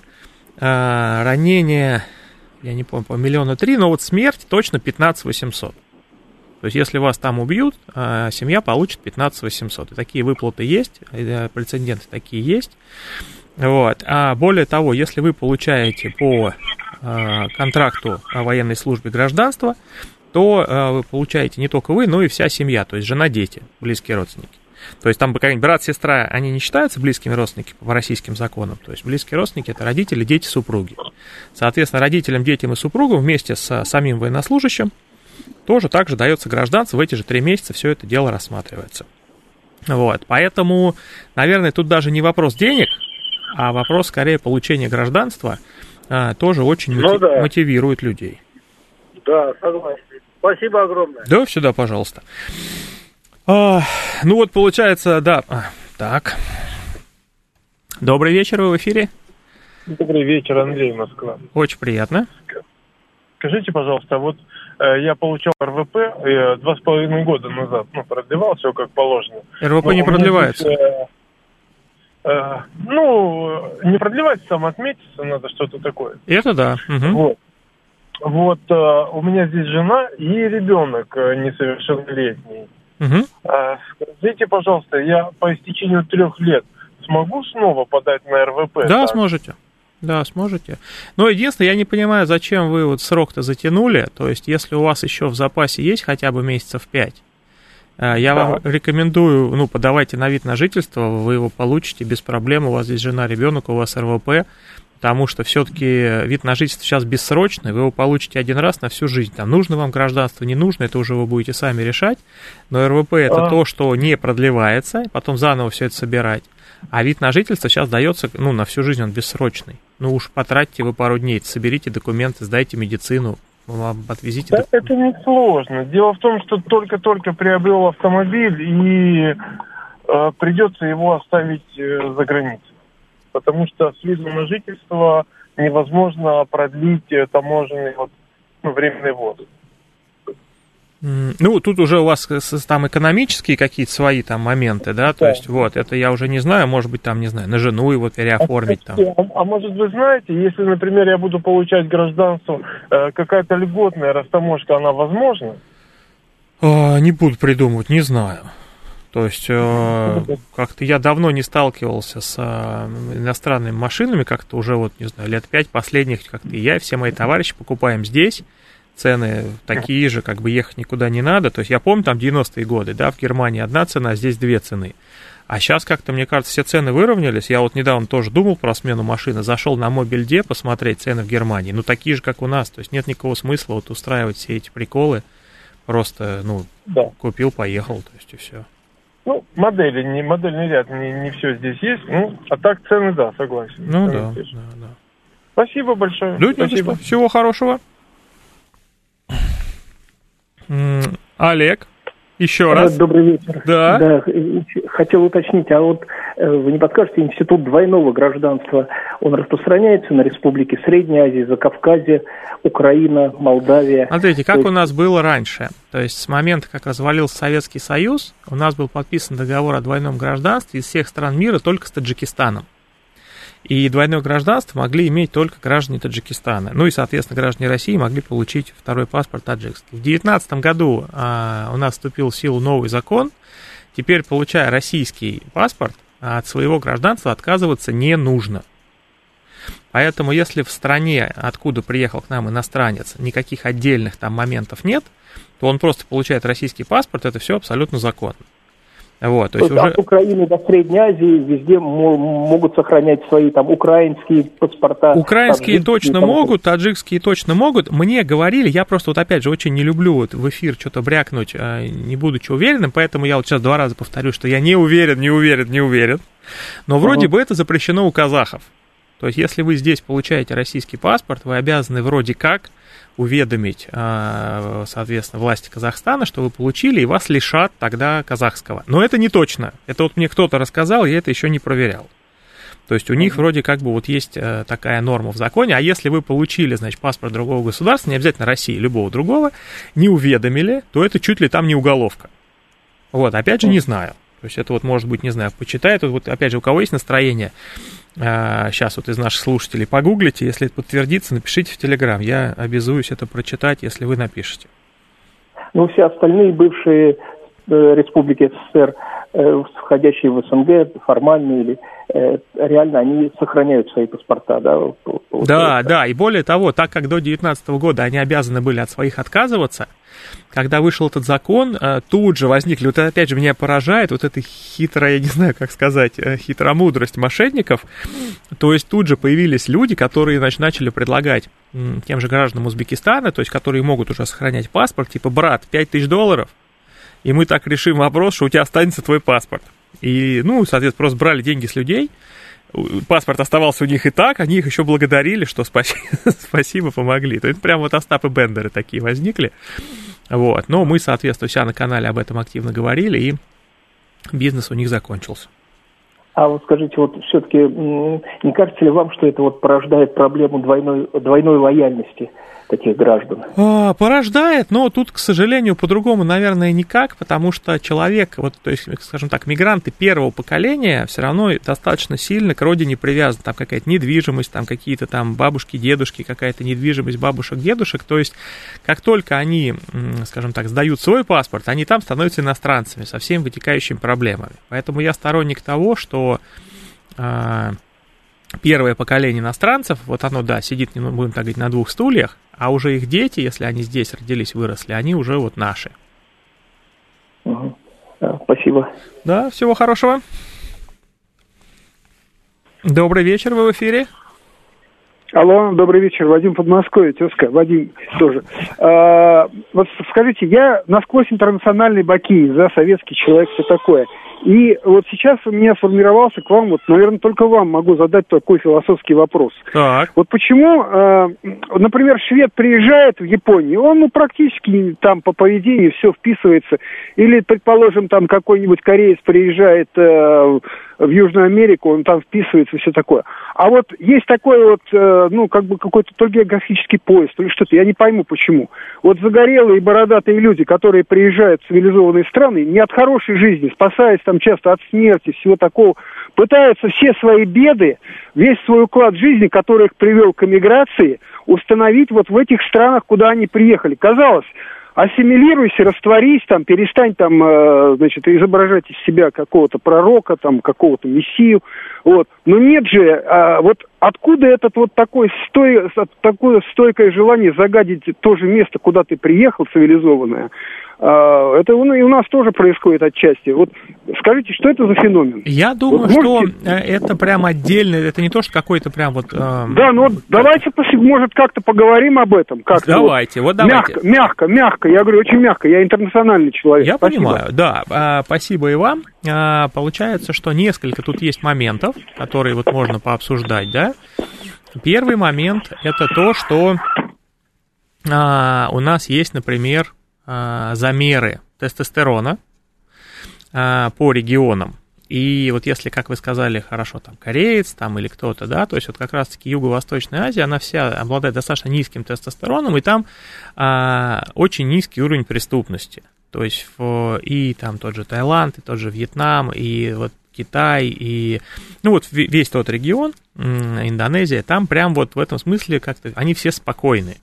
а, ранение, я не помню, по миллиона три, но вот смерть точно пятнадцать восемьсот. То есть если вас там убьют, а, семья получит пятнадцать восемьсот. И такие выплаты есть, прецеденты такие есть. Вот. А более того, если вы получаете по а, контракту о военной службе гражданство, то а, вы получаете не только вы, но и вся семья, то есть жена, дети, близкие родственники. То есть там какой-нибудь брат, сестра, они не считаются близкими родственниками по российским законам. То есть близкие родственники – это родители, дети, супруги. Соответственно, родителям, детям и супругам вместе с самим военнослужащим тоже также дается гражданство. В эти же три месяца все это дело рассматривается. Вот. Поэтому, наверное, тут даже не вопрос денег, а вопрос скорее получения гражданства а, тоже очень ну, мотив... да. мотивирует людей. Да, согласен. Спасибо огромное. Да, сюда, пожалуйста. А, ну вот получается, да, а, так. Добрый вечер, вы в эфире. Добрый вечер, Андрей, Москва. Очень приятно. Скажите, пожалуйста, вот э, я получал эр вэ пэ э, два с половиной года назад, ну, продлевал все как положено. эр вэ пэ не продлевается? Здесь, э, э, ну, не продлевается, там отметиться надо, что-то такое. Это да. Угу. Вот. Вот э, у меня здесь жена и ребенок э, несовершеннолетний. Угу. Скажите, пожалуйста, я по истечению трех лет смогу снова подать на эр вэ пэ? Да, так? сможете. Да, сможете. Но единственное, я не понимаю, зачем вы вот срок-то затянули. То есть, если у вас еще в запасе есть хотя бы месяцев пять, я да. вам рекомендую, ну, подавайте на вид на жительство, вы его получите без проблем. У вас здесь жена, ребенок, у вас эр вэ пэ. Потому что все-таки вид на жительство сейчас бессрочный, вы его получите один раз на всю жизнь. Там нужно вам гражданство, не нужно, это уже вы будете сами решать. Но эр вэ пэ это а. то, что не продлевается, потом заново все это собирать. А вид на жительство сейчас дается, ну, на всю жизнь он бессрочный. Ну уж потратьте вы пару дней, соберите документы, сдайте медицину, отвезите. Да, это не сложно. Дело в том, что только-только приобрел автомобиль и э, придется его оставить э, за границей. Потому что с видом на жительство невозможно продлить таможенный вот, ну, временный ввоз. Ну, тут уже у вас там экономические какие-то свои там моменты, да, то да. есть вот, это я уже не знаю, может быть, там, не знаю, на жену его переоформить а, там. А, а может, вы знаете, если, например, я буду получать гражданство, э, какая-то льготная растаможка, она возможна? А, не буду придумывать, не знаю. То есть, э, как-то я давно не сталкивался с э, иностранными машинами, как-то уже, вот, не знаю, лет пять последних, как-то и я, и все мои товарищи покупаем здесь. Цены такие же, как бы ехать никуда не надо. То есть я помню, там девяностые годы, да, в Германии одна цена, а здесь две цены. А сейчас как-то, мне кажется, все цены выровнялись. Я вот недавно тоже думал про смену машины, зашел на Мобильде посмотреть цены в Германии. Ну, такие же, как у нас. То есть нет никакого смысла вот устраивать все эти приколы. Просто, ну, да. купил, поехал, то есть и все. Ну, модели, не, модельный ряд, не, не все здесь есть. Ну, а так цены, да, согласен. Ну, да, да, да. Спасибо большое. Люди, Спасибо. Всего хорошего. Олег, еще раз. Добрый вечер. Да. да. Хотел уточнить, а вот вы не подскажете, институт двойного гражданства, он распространяется на республики Средней Азии, Закавказье, Украина, Молдавия? Смотрите, как есть... у нас было раньше. То есть с момента, как развалился Советский Союз, у нас был подписан договор о двойном гражданстве из всех стран мира только с Таджикистаном. И двойное гражданство могли иметь только граждане Таджикистана. Ну и, соответственно, граждане России могли получить второй паспорт таджикский. В две тысячи девятнадцатом году а, у нас вступил в силу новый закон. Теперь, получая российский паспорт, от своего гражданства отказываться не нужно. Поэтому, если в стране, откуда приехал к нам иностранец, никаких отдельных там моментов нет, то он просто получает российский паспорт, это все абсолютно законно. Вот, то есть то есть уже... От Украины до Средней Азии везде могут сохранять свои там украинские паспорта. Украинские точно там... могут, таджикские точно могут. Мне говорили, я просто вот опять же очень не люблю вот в эфир что-то брякнуть, не будучи уверенным, поэтому я вот сейчас два раза повторю, что я не уверен, не уверен, не уверен. Но вроде uh-huh. бы это запрещено у казахов. То есть если вы здесь получаете российский паспорт, вы обязаны вроде как уведомить, соответственно, власти Казахстана, что вы получили, и вас лишат тогда казахского. Но это не точно. Это вот мне кто-то рассказал, я это еще не проверял. То есть у них вроде как бы вот есть такая норма в законе, а если вы получили, значит, паспорт другого государства, не обязательно России, любого другого, не уведомили, то это чуть ли там не уголовка. Вот, опять же, не знаю. То есть это вот, может быть, не знаю, почитает, вот опять же, у кого есть настроение, сейчас вот из наших слушателей погуглите, если это подтвердится, напишите в Телеграм, я обязуюсь это прочитать, если вы напишете. Ну, все остальные бывшие э, республики СССР, э, входящие в СНГ, формально или э, реально, они сохраняют свои паспорта, да? Да, да, и более того, так как до две тысячи девятнадцатого года они обязаны были от своих отказываться, когда вышел этот закон, тут же возникли, вот это опять же меня поражает, вот эта хитрая, я не знаю, как сказать, хитромудрость мошенников, то есть тут же появились люди, которые, значит, начали предлагать тем же гражданам Узбекистана, то есть которые могут уже сохранять паспорт, типа, брат, пять тысяч долларов, и мы так решим вопрос, что у тебя останется твой паспорт. И, ну, соответственно, просто брали деньги с людей, паспорт оставался у них и так, они их еще благодарили, что спасибо, спасибо, помогли. То есть прям вот Остап и Бендеры такие возникли. Вот. Но мы, соответственно, вся на канале об этом активно говорили, и бизнес у них закончился. А вот скажите, вот все-таки не кажется ли вам, что это вот порождает проблему двойной, двойной лояльности таких граждан? А, порождает, но тут, к сожалению, по-другому, наверное, никак, потому что человек, вот, то есть, скажем так, мигранты первого поколения все равно достаточно сильно к родине привязаны. Там какая-то недвижимость, там какие-то там бабушки, дедушки, какая-то недвижимость бабушек, дедушек. То есть, как только они, скажем так, сдают свой паспорт, они там становятся иностранцами со всеми вытекающими проблемами. Поэтому я сторонник того, что а, первое поколение иностранцев, вот оно, да, сидит, будем так говорить, на двух стульях, а уже их дети, если они здесь родились, выросли, они уже вот наши. Угу. Да, спасибо. Да, всего хорошего. Добрый вечер, вы в эфире. Алло, добрый вечер, Вадим, Подмосковье, тезка, Вадим тоже. А, вот скажите, я насквозь интернациональный бакиец, да, советский человек, все такое. И вот сейчас у меня сформировался к вам, вот, наверное, только вам могу задать такой философский вопрос. Так. Вот почему, э, например, швед приезжает в Японию, он ну, практически там по поведению все вписывается. Или, предположим, там какой-нибудь кореец приезжает э, в Южную Америку, он там вписывается и все такое. А вот есть такой вот, э, ну, как бы какой-то то ли географический пояс, то ли что-то, я не пойму почему. Вот загорелые и бородатые люди, которые приезжают в цивилизованные страны, не от хорошей жизни, спасаясь там часто от смерти, всего такого, пытаются все свои беды, весь свой уклад жизни, который их привел к эмиграции, установить вот в этих странах, куда они приехали. Казалось, ассимилируйся, растворись, там, перестань там, э, значит, изображать из себя какого-то пророка, там, какого-то мессию, вот. Но нет же, э, вот откуда этот вот такой стой, такое стойкое желание загадить то же место, куда ты приехал, цивилизованное? Э, это у, и у нас тоже происходит отчасти. Вот скажите, что это за феномен? Я думаю, вот можете... что это прям отдельно, это не то, что какой-то прям вот... Э... Да, ну вот давайте, может, как-то поговорим об этом. Как давайте, вот, вот давайте. Мягко, мягко, мягко, я говорю, очень мягко, я интернациональный человек. Я спасибо. Понимаю, да, а, спасибо и вам. А, получается, что несколько тут есть моментов, которые вот можно пообсуждать, да. Первый момент – это то, что а, у нас есть, например, а, замеры тестостерона а, по регионам. И вот если, как вы сказали, хорошо, там, кореец там, или кто-то, да, то есть вот как раз-таки Юго-Восточная Азия, она вся обладает достаточно низким тестостероном, и там а, очень низкий уровень преступности. То есть в, и там тот же Таиланд, и тот же Вьетнам, и вот Китай, и, ну вот весь тот регион, Индонезия, там прям вот в этом смысле как-то они все спокойны.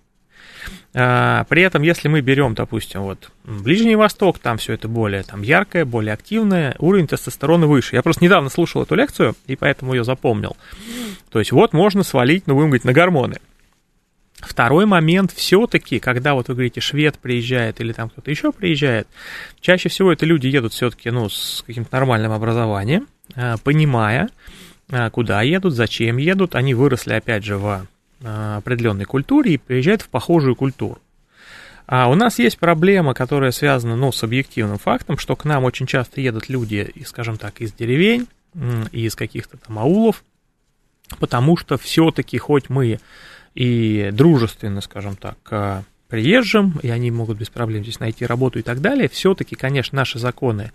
При этом, если мы берем, допустим, вот Ближний Восток, там все это более там, яркое, более активное, уровень тестостерона выше. Я просто недавно слушал эту лекцию, и поэтому ее запомнил. То есть вот можно свалить, ну, будем говорить, на гормоны. Второй момент, все-таки, когда вот вы говорите, швед приезжает или там кто-то еще приезжает, чаще всего это люди едут все-таки, ну, с каким-то нормальным образованием, понимая, куда едут, зачем едут. Они выросли, опять же, в определенной культуре и приезжают в похожую культуру. А у нас есть проблема, которая связана, ну, с объективным фактом, что к нам очень часто едут люди, скажем так, из деревень, из каких-то там аулов, потому что все-таки хоть мы и дружественно, скажем так, к приезжим, и они могут без проблем здесь найти работу и так далее, все-таки, конечно, наши законы,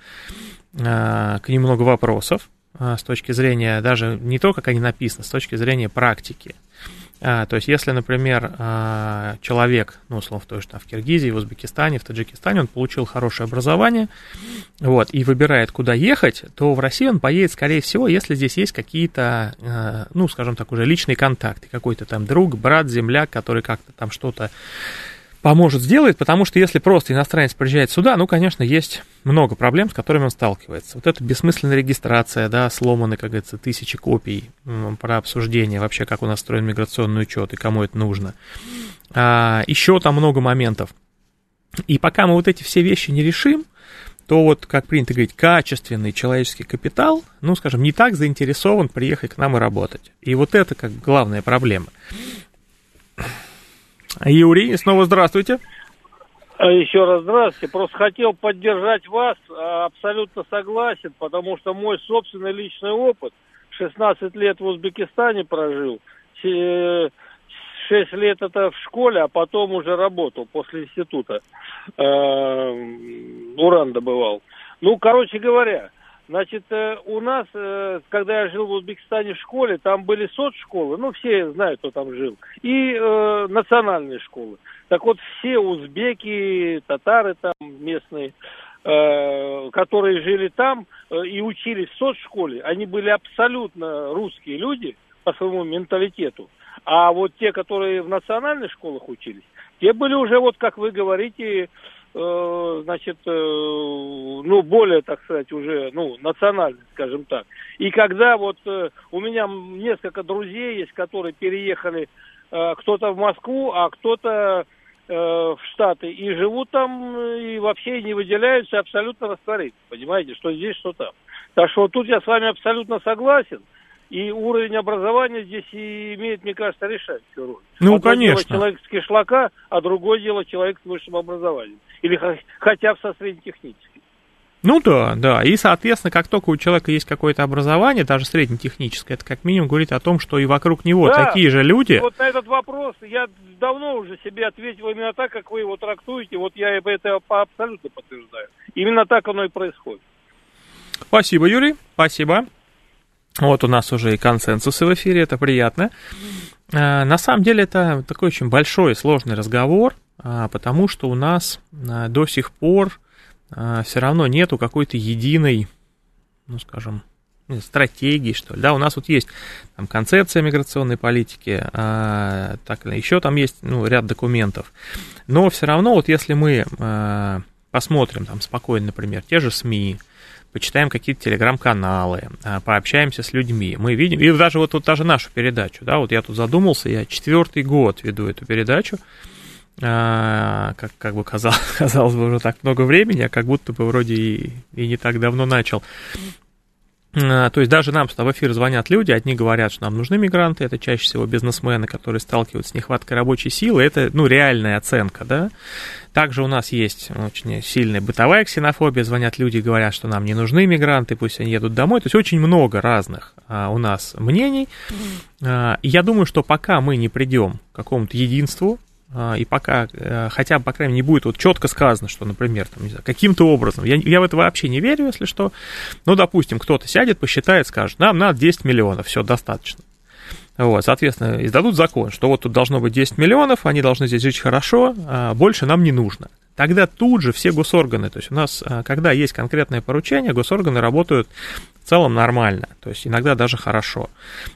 к ним много вопросов с точки зрения даже не то, как они написаны, с точки зрения практики. А, то есть, если, например, человек, ну, условно, в той же там, в Киргизии, в Узбекистане, в Таджикистане, он получил хорошее образование, вот, и выбирает, куда ехать, то в Россию он поедет, скорее всего, если здесь есть какие-то, ну, скажем так, уже личные контакты, какой-то там друг, брат, земляк, который как-то там что-то поможет сделать, потому что если просто иностранец приезжает сюда, ну, конечно, есть много проблем, с которыми он сталкивается. Вот это бессмысленная регистрация, да, сломаны, как говорится, тысячи копий про обсуждение вообще, как у нас строен миграционный учет и кому это нужно. А, еще там много моментов. И пока мы вот эти все вещи не решим, то вот, как принято говорить, качественный человеческий капитал, ну, скажем, не так заинтересован приехать к нам и работать. И вот это как главная проблема. Юрий, снова здравствуйте. Еще раз здравствуйте. Просто хотел поддержать вас, абсолютно согласен, потому что мой собственный личный опыт, шестнадцать лет в Узбекистане прожил, шесть лет это в школе, а потом уже работал после института, уран добывал. Ну, короче говоря, значит, у нас, когда я жил в Узбекистане в школе, там были соцшколы, ну, все знают, кто там жил, и э, национальные школы. Так вот, все узбеки, татары там местные, э, которые жили там э, и учились в соцшколе, они были абсолютно русские люди по своему менталитету. А вот те, которые в национальных школах учились, те были уже, вот как вы говорите, значит, ну, более, так сказать, уже, ну, национальный, скажем так. И когда вот у меня несколько друзей есть, которые переехали, кто-то в Москву, а кто-то в Штаты, и живут там, и вообще не выделяются, абсолютно растворились, понимаете, что здесь, что там. Так что тут я с вами абсолютно согласен. И уровень образования здесь и имеет, мне кажется, решающую роль. Ну, одно конечно. дело человек с кишлака, а другое дело человек с высшим образованием. Или хотя бы со среднетехническим. Ну да, да. И, соответственно, как только у человека есть какое-то образование, даже среднетехническое, это как минимум говорит о том, что и вокруг него да, такие же люди. Вот на этот вопрос я давно уже себе ответил именно так, как вы его трактуете. Вот я это абсолютно подтверждаю. Именно так оно и происходит. Спасибо, Юрий. Спасибо. Вот у нас уже и консенсусы в эфире, это приятно. На самом деле это такой очень большой и сложный разговор, потому что у нас до сих пор все равно нету какой-то единой, ну, скажем, стратегии, что ли. Да, у нас вот есть там концепция миграционной политики, а, так или еще там есть, ну, ряд документов. Но все равно, вот если мы а, посмотрим там спокойно, например, те же СМИ, почитаем какие-то телеграм-каналы, а, пообщаемся с людьми, мы видим, и даже вот, вот даже нашу передачу, да, вот я тут задумался, я четвертый год веду эту передачу, а, как, как бы казалось, казалось бы, уже так много времени, а как будто бы вроде и, и не так давно начал. То есть даже нам в эфир звонят люди, одни говорят, что нам нужны мигранты, это чаще всего бизнесмены, которые сталкиваются с нехваткой рабочей силы, это, ну, реальная оценка, да. Также у нас есть очень сильная бытовая ксенофобия, звонят люди и говорят, что нам не нужны мигранты, пусть они едут домой, то есть очень много разных а, у нас мнений, а, и я думаю, что пока мы не придем к какому-то единству, и пока, хотя бы, по крайней мере, не будет вот четко сказано, что, например, там, не знаю, каким-то образом, я, я в это вообще не верю, если что, но, допустим, кто-то сядет, посчитает, скажет, нам надо десять миллионов, все, достаточно. Вот, соответственно, издадут закон, что вот тут должно быть десять миллионов, они должны здесь жить хорошо, а больше нам не нужно. Тогда тут же все госорганы, то есть у нас, когда есть конкретное поручение, госорганы работают в целом нормально, то есть иногда даже хорошо.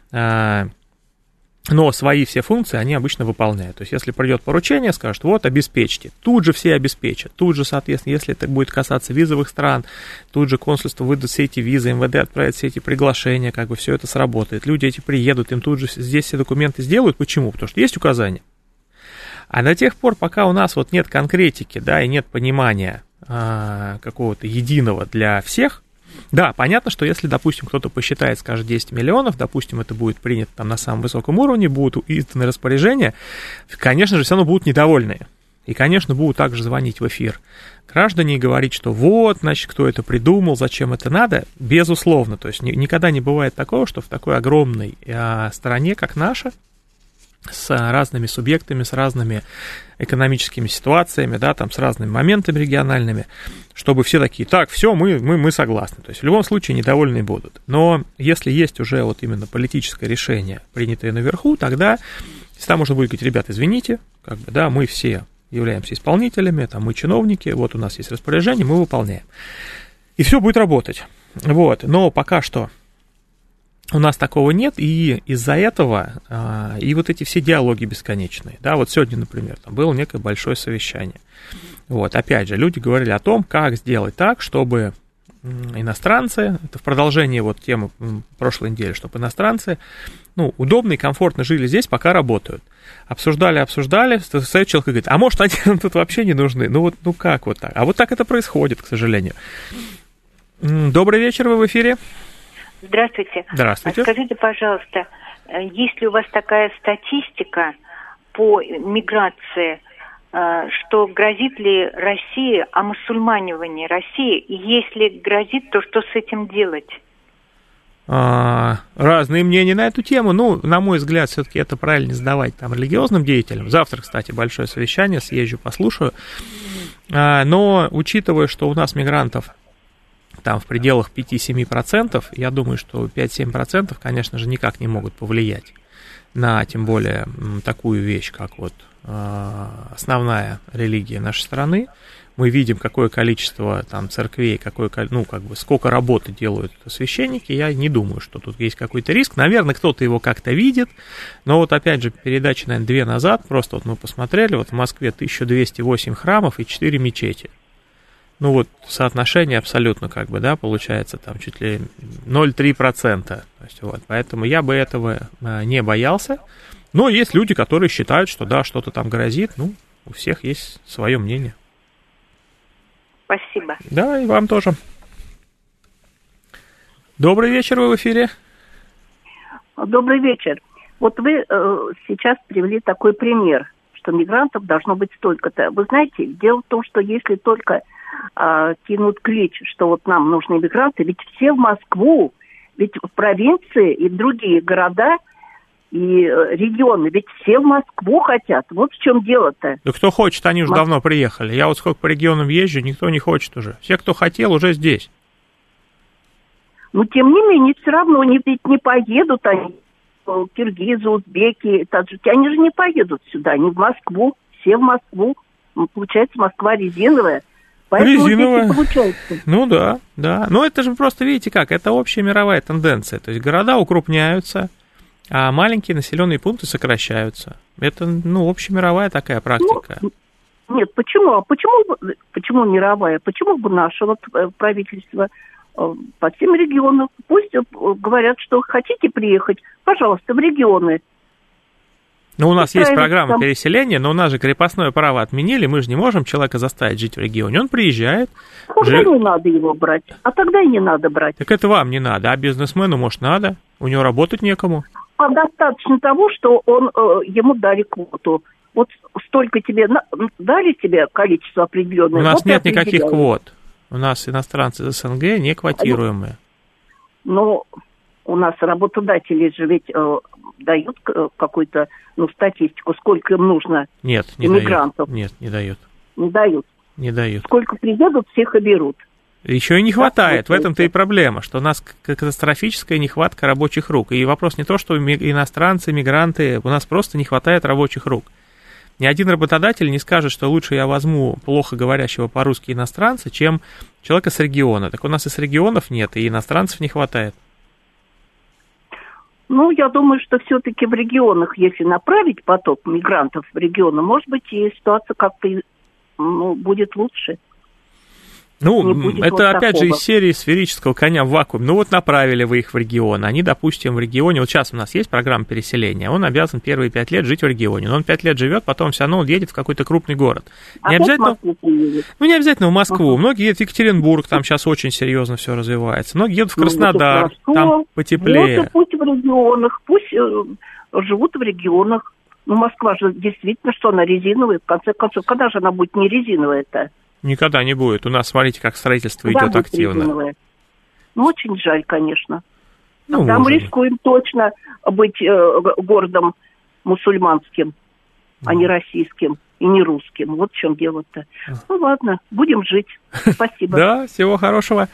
Но свои все функции они обычно выполняют. То есть, если придет поручение, скажут, вот, обеспечьте. Тут же все обеспечат. Тут же, соответственно, если это будет касаться визовых стран, тут же консульство выдаст все эти визы, эм вэ дэ отправит все эти приглашения, как бы все это сработает. Люди эти приедут, им тут же здесь все документы сделают. Почему? Потому что есть указания. А до тех пор, пока у нас вот нет конкретики, да, и нет понимания а, какого-то единого для всех, да, понятно, что если, допустим, кто-то посчитает, скажет десять миллионов, допустим, это будет принято там на самом высоком уровне, будут изданы распоряжения, конечно же, все равно будут недовольные. И, конечно, будут также звонить в эфир граждане и говорить, что вот, значит, кто это придумал, зачем это надо, безусловно. То есть никогда не бывает такого, что в такой огромной стране, как наша, с разными субъектами, с разными экономическими ситуациями, да, там, с разными моментами региональными, чтобы все такие, так, все, мы, мы, мы согласны. То есть в любом случае недовольны будут. Но если есть уже вот именно политическое решение, принятое наверху, тогда всегда можно будет говорить, ребята, извините, как бы, да, мы все являемся исполнителями, там, мы чиновники, вот у нас есть распоряжение, мы выполняем. И все будет работать. Вот. Но пока что у нас такого нет, и из-за этого а, и вот эти все диалоги бесконечные, да, вот сегодня, например, там было некое большое совещание, вот, опять же, люди говорили о том, как сделать так, чтобы иностранцы, это в продолжении вот темы прошлой недели, чтобы иностранцы, ну, удобно и комфортно жили здесь, пока работают. Обсуждали, обсуждали, стоит человек и говорит, а может, они нам тут вообще не нужны, ну вот, ну как вот так, а вот так это происходит, к сожалению. Добрый вечер, вы в эфире. Здравствуйте. Здравствуйте. Скажите, пожалуйста, есть ли у вас такая статистика по миграции, что грозит ли России омусульманивание России? И если грозит, то что с этим делать? А, разные мнения на эту тему. Ну, на мой взгляд, все-таки это правильно сдавать там религиозным деятелям. Завтра, кстати, большое совещание, съезжу, послушаю. А, но, учитывая, что у нас мигрантов там в пределах пять-семь процентов, я думаю, что пять-семь процентов, конечно же, никак не могут повлиять на, тем более, такую вещь, как вот основная религия нашей страны. Мы видим, какое количество там церквей, какое, ну, как бы, сколько работы делают священники. Я не думаю, что тут есть какой-то риск. Наверное, кто-то его как-то видит. Но вот, опять же, передачи, наверное, две назад, просто вот мы посмотрели, вот в Москве тысяча двести восемь храмов и четыре мечети. Ну вот соотношение абсолютно как бы, да, получается там чуть ли ноль целых три десятых процента. То есть, вот, поэтому я бы этого не боялся. Но есть люди, которые считают, что да, что-то там грозит. Ну, у всех есть свое мнение. Спасибо. Да, и вам тоже. Добрый вечер, вы в эфире. Добрый вечер. Вот вы э, сейчас привели такой пример, что мигрантов должно быть столько-то. Вы знаете, дело в том, что если только э, кинут клич, что вот нам нужны мигранты, ведь все в Москву, ведь в провинции и в другие города и э, регионы, ведь все в Москву хотят. Вот в чем дело-то. Да кто хочет, они уже Моск... давно приехали. Я вот сколько по регионам езжу, никто не хочет уже. Все, кто хотел, уже здесь. Но, тем не менее, все равно они ведь не поедут, они, киргизы, узбеки, таджики, они же не поедут сюда, они в Москву, все в Москву. Ну, получается, Москва резиновая. Поэтому резиновая. Получается. Ну да, да. Но это же просто, видите как, это общая мировая тенденция. То есть города укрупняются, а маленькие населенные пункты сокращаются. Это, ну, общемировая такая практика. Ну, нет, почему? А почему, почему мировая? Почему бы наше вот правительство по всем регионам, пусть говорят, что хотите приехать, пожалуйста, в регионы. Ну, у нас есть программа там... переселения, но у нас же крепостное право отменили, мы же не можем человека заставить жить в регионе. Он приезжает. Тогда жив... не надо его брать, а тогда и не надо брать. Так это вам не надо, а бизнесмену, может, надо? У него работать некому. А достаточно того, что он, э, ему дали квоту. Вот столько тебе на... дали тебе количество определенное. У нас вот нет никаких квот. У нас иностранцы из СНГ не квотируемые. Ну, у нас работодатели же ведь э, дают какую-то, ну, статистику, сколько им нужно нет, не иммигрантов. Дают. Нет, не дают. Не дают. Не дают. Сколько приедут, всех и берут. Еще и не хватает, в этом-то и проблема, что у нас катастрофическая нехватка рабочих рук. И вопрос не то, что иностранцы, мигранты, у нас просто не хватает рабочих рук. Ни один работодатель не скажет, что лучше я возьму плохо говорящего по-русски иностранца, чем человека с региона. Так у нас и с регионов нет, и иностранцев не хватает. Ну, я думаю, что все-таки в регионах, если направить поток мигрантов в регионы, может быть, и ситуация как-то, ну, будет лучше. Ну, это вот опять такого. же из серии сферического коня в вакууме. Ну, вот направили вы их в регион. Они, допустим, в регионе... Вот сейчас у нас есть программа переселения. Он обязан первые пять лет жить в регионе. Но он пять лет живет, потом все равно он едет в какой-то крупный город. Не Опять обязательно... Ну, не обязательно в Москву. Uh-huh. Многие едут в Екатеринбург, там сейчас очень серьезно все развивается. Многие едут в Краснодар, ну, там потеплее. Вот, пусть в регионах, пусть э, живут в регионах. Ну, Москва же действительно, что она резиновая. В конце концов, когда же она будет не резиновая-то? Никогда не будет. У нас, смотрите, как строительство Когда идет активно. Резиновая? Ну, очень жаль, конечно. Ну, Там можно. рискуем точно быть э, городом мусульманским, а не российским и не русским. Вот в чем дело-то. Ну, ладно, будем жить. Спасибо. Да, всего хорошего.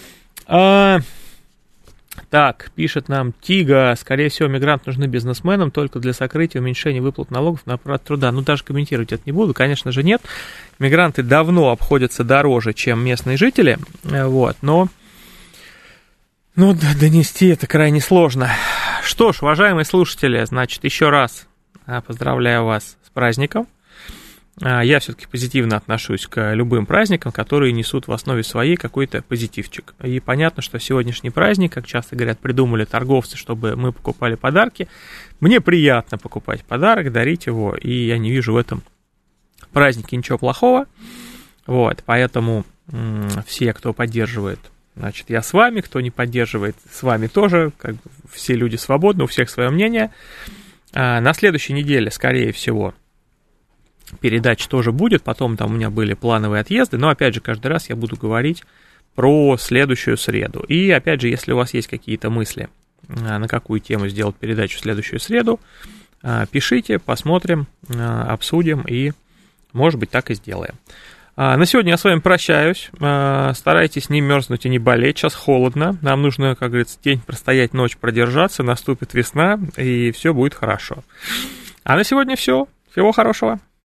Так, пишет нам Тига, скорее всего, мигранты нужны бизнесменам только для сокрытия, уменьшения выплат налогов на оплату труда. Ну, даже комментировать это не буду, конечно же, нет. Мигранты давно обходятся дороже, чем местные жители, вот, но, ну, донести это крайне сложно. Что ж, уважаемые слушатели, значит, еще раз поздравляю вас с праздником. Я все-таки позитивно отношусь к любым праздникам, которые несут в основе своей какой-то позитивчик. И понятно, что сегодняшний праздник, как часто говорят, придумали торговцы, чтобы мы покупали подарки. Мне приятно покупать подарок, дарить его, и я не вижу в этом празднике ничего плохого. Вот, поэтому м- все, кто поддерживает, значит, я с вами, кто не поддерживает, с вами тоже, как бы все люди свободны, у всех свое мнение. А на следующей неделе, скорее всего, передача тоже будет, потом там у меня были плановые отъезды, но опять же каждый раз я буду говорить про следующую среду. И опять же, если у вас есть какие-то мысли, на какую тему сделать передачу в следующую среду, пишите, посмотрим, обсудим и, может быть, так и сделаем. На сегодня я с вами прощаюсь, старайтесь не мерзнуть и не болеть, сейчас холодно, нам нужно, как говорится, день простоять, ночь продержаться, наступит весна и все будет хорошо. А на сегодня все, всего хорошего.